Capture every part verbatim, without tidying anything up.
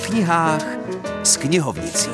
knihách s knihovnicí.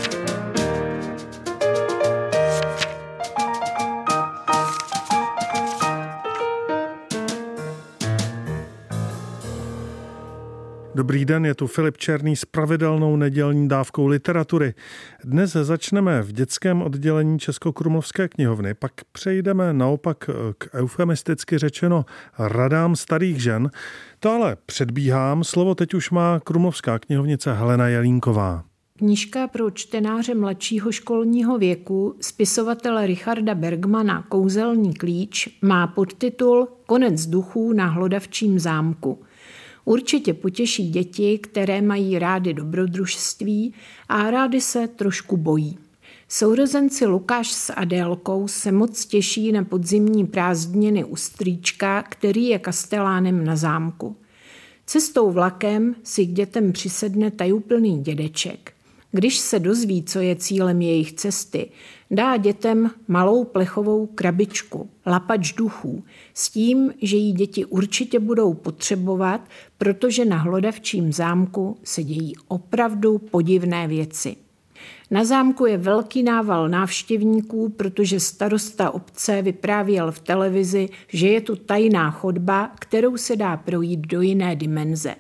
Dobrý den, je tu Filip Černý s pravidelnou nedělní dávkou literatury. Dnes začneme v dětském oddělení Českokrumlovské knihovny, pak přejdeme naopak k eufemisticky řečeno radám starých žen. To ale předbíhám, slovo teď už má krumlovská knihovnice Helena Jelínková. Knížka pro čtenáře mladšího školního věku spisovatele Richarda Bergmana Kouzelný klíč má podtitul Konec duchů na Hlodavčím zámku. Určitě potěší děti, které mají rády dobrodružství a rády se trošku bojí. Sourozenci Lukáš s Adélkou se moc těší na podzimní prázdniny u strýčka, který je kastelánem na zámku. Cestou vlakem si k dětem přisedne tajuplný dědeček. Když se dozví, co je cílem jejich cesty, dá dětem malou plechovou krabičku, lapač duchů, s tím, že jí děti určitě budou potřebovat, protože na Hlodavčím zámku se dějí opravdu podivné věci. Na zámku je velký nával návštěvníků, protože starosta obce vyprávěl v televizi, že je tu tajná chodba, kterou se dá projít do jiné dimenze.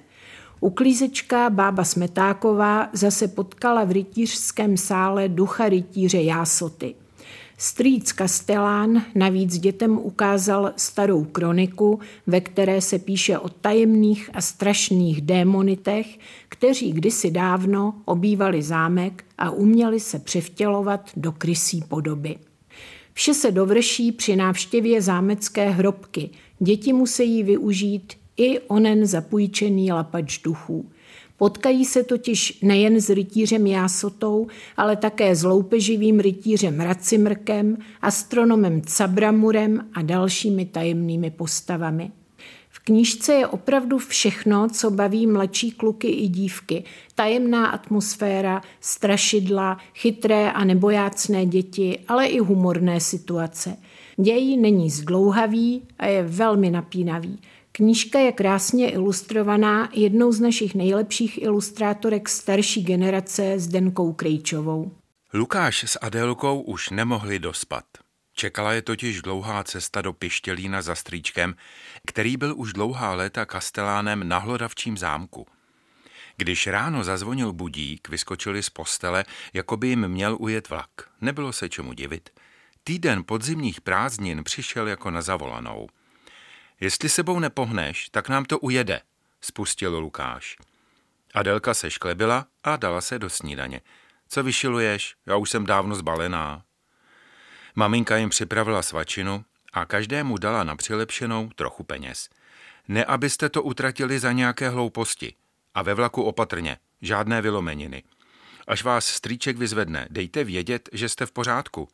Uklízečka bába Smetáková zase potkala v rytířském sále ducha rytíře Jásoty. Strýc Kastelán navíc dětem ukázal starou kroniku, ve které se píše o tajemných a strašných démonitech, kteří kdysi dávno obývali zámek a uměli se převtělovat do krysí podoby. Vše se dovrší při návštěvě zámecké hrobky. Děti musí využít i onen zapůjčený lapač duchů. Potkají se totiž nejen s rytířem Jásotou, ale také s loupeživým rytířem Racimrkem, astronomem Cabramurem a dalšími tajemnými postavami. V knížce je opravdu všechno, co baví mladší kluky i dívky. Tajemná atmosféra, strašidla, chytré a nebojácné děti, ale i humorné situace. Děj není zdlouhavý a je velmi napínavý. Knížka je krásně ilustrovaná jednou z našich nejlepších ilustrátorek starší generace Zdenkou Krejčovou. Lukáš s Adélkou už nemohli dospat. Čekala je totiž dlouhá cesta do Pištělína za strýčkem, který byl už dlouhá léta kastelánem na Hlodavčím zámku. Když ráno zazvonil budík, vyskočili z postele, jako by jim měl ujet vlak. Nebylo se čemu divit. Týden podzimních prázdnin přišel jako na zavolanou. Jestli sebou nepohneš, tak nám to ujede, spustil Lukáš. Adélka se šklebila a dala se do snídaně. Co vyšiluješ? Já už jsem dávno zbalená. Maminka jim připravila svačinu a každému dala na přilepšenou trochu peněz. Ne, abyste to utratili za nějaké hlouposti. A ve vlaku opatrně, žádné vylomeniny. Až vás strýček vyzvedne, dejte vědět, že jste v pořádku.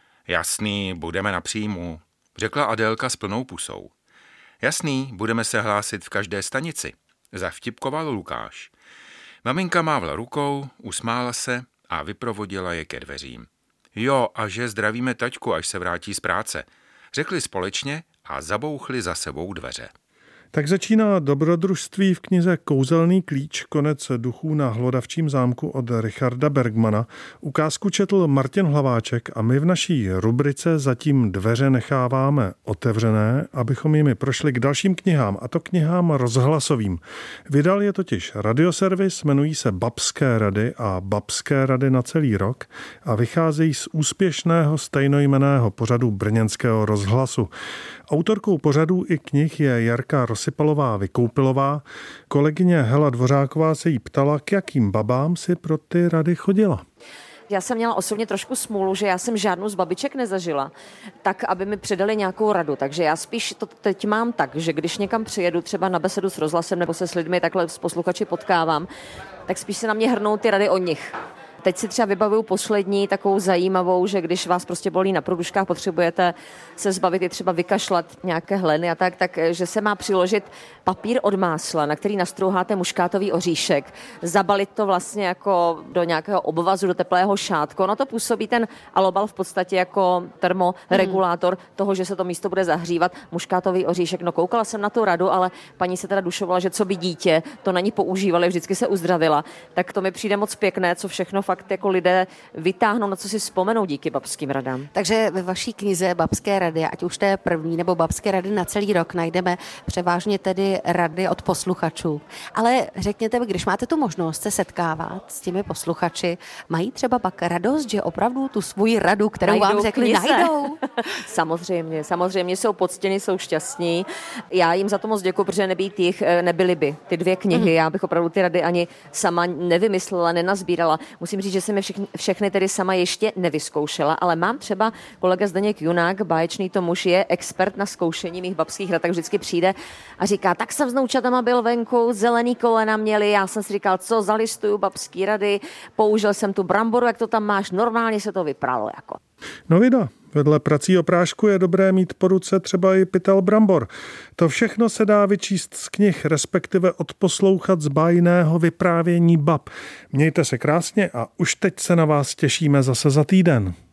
Jasný, budeme na příjmu, řekla Adélka s plnou pusou. Jasný, budeme se hlásit v každé stanici, zavtipkoval Lukáš. Maminka mávla rukou, usmála se a vyprovodila je ke dveřím. Jo, a že zdravíme taťku, až se vrátí z práce, řekli společně a zabouchli za sebou dveře. Tak začíná dobrodružství v knize Kouzelný klíč, konec duchů na Hlodavčím zámku od Richarda Bergmana. Ukázku četl Martin Hlaváček a my v naší rubrice zatím dveře necháváme otevřené, abychom jimi prošli k dalším knihám, a to knihám rozhlasovým. Vydal je totiž radioservis, jmenují se Babské rady a Babské rady na celý rok a vycházejí z úspěšného stejnojmenného pořadu brněnského rozhlasu. Autorkou pořadů i knih je Jarka Rosypalová Vykoupilová. Kolegyně Hela Dvořáková se jí ptala, k jakým babám si pro ty rady chodila. Já jsem měla osobně trošku smůlu, že já jsem žádnou z babiček nezažila, tak aby mi předali nějakou radu. Takže já spíš to teď mám tak, že když někam přijedu třeba na besedu s rozhlasem nebo se s lidmi takhle s posluchači potkávám, tak spíš se na mě hrnou ty rady o nich. Teď si třeba vybavuju poslední takovou zajímavou, že když vás prostě bolí na průduškách, potřebujete se zbavit i třeba vykašlat nějaké hleny a tak, tak že se má přiložit papír od másla, na který nastrouháte muškátový oříšek, zabalit to vlastně jako do nějakého obvazu, do teplého šátku. Ono to působí ten alobal v podstatě jako termoregulátor hmm. toho, že se to místo bude zahřívat. Muškátový oříšek, no koukala jsem na tu radu, ale paní se teda dušovala, že co by dítě, to na ní používali, vždycky se uzdravila. Tak to mi přijde moc pěkné, co všechno fakt jako lidé vytáhnou, na co si vzpomenou díky babským radám. Takže ve vaší knize Babské rady, ať už té první nebo Babské rady na celý rok, najdeme převážně tedy rady od posluchačů. Ale řekněte mi, když máte tu možnost se setkávat s těmi posluchači, mají třeba pak radost, že opravdu tu svoji radu, kterou najdou vám řekli, knize. najdou? Samozřejmě, samozřejmě jsou poctěni, jsou šťastní. Já jim za to moc děkuji, protože nebýt jich, nebyly by ty dvě knihy. Mm. Já bych opravdu ty rady ani sama nevymyslela, nenazbírala. Musím říct, že jsem je všechny, všechny tedy sama ještě nevyzkoušela, ale mám třeba kolega Zdeněk Junák, báječný to muž, je expert na zkoušení mých babských rad, tak vždycky přijde a říká, tak jsem s vnoučatama byl venku, zelený kolena měli, já jsem si říkal, co zalistuju babský rady, použil jsem tu bramboru, jak to tam máš, normálně se to vypralo jako. No vida, vedle prací o prášku je dobré mít po ruce třeba i pytel brambor. To všechno se dá vyčíst z knih, respektive odposlouchat z bájného vyprávění bab. Mějte se krásně a už teď se na vás těšíme zase za týden.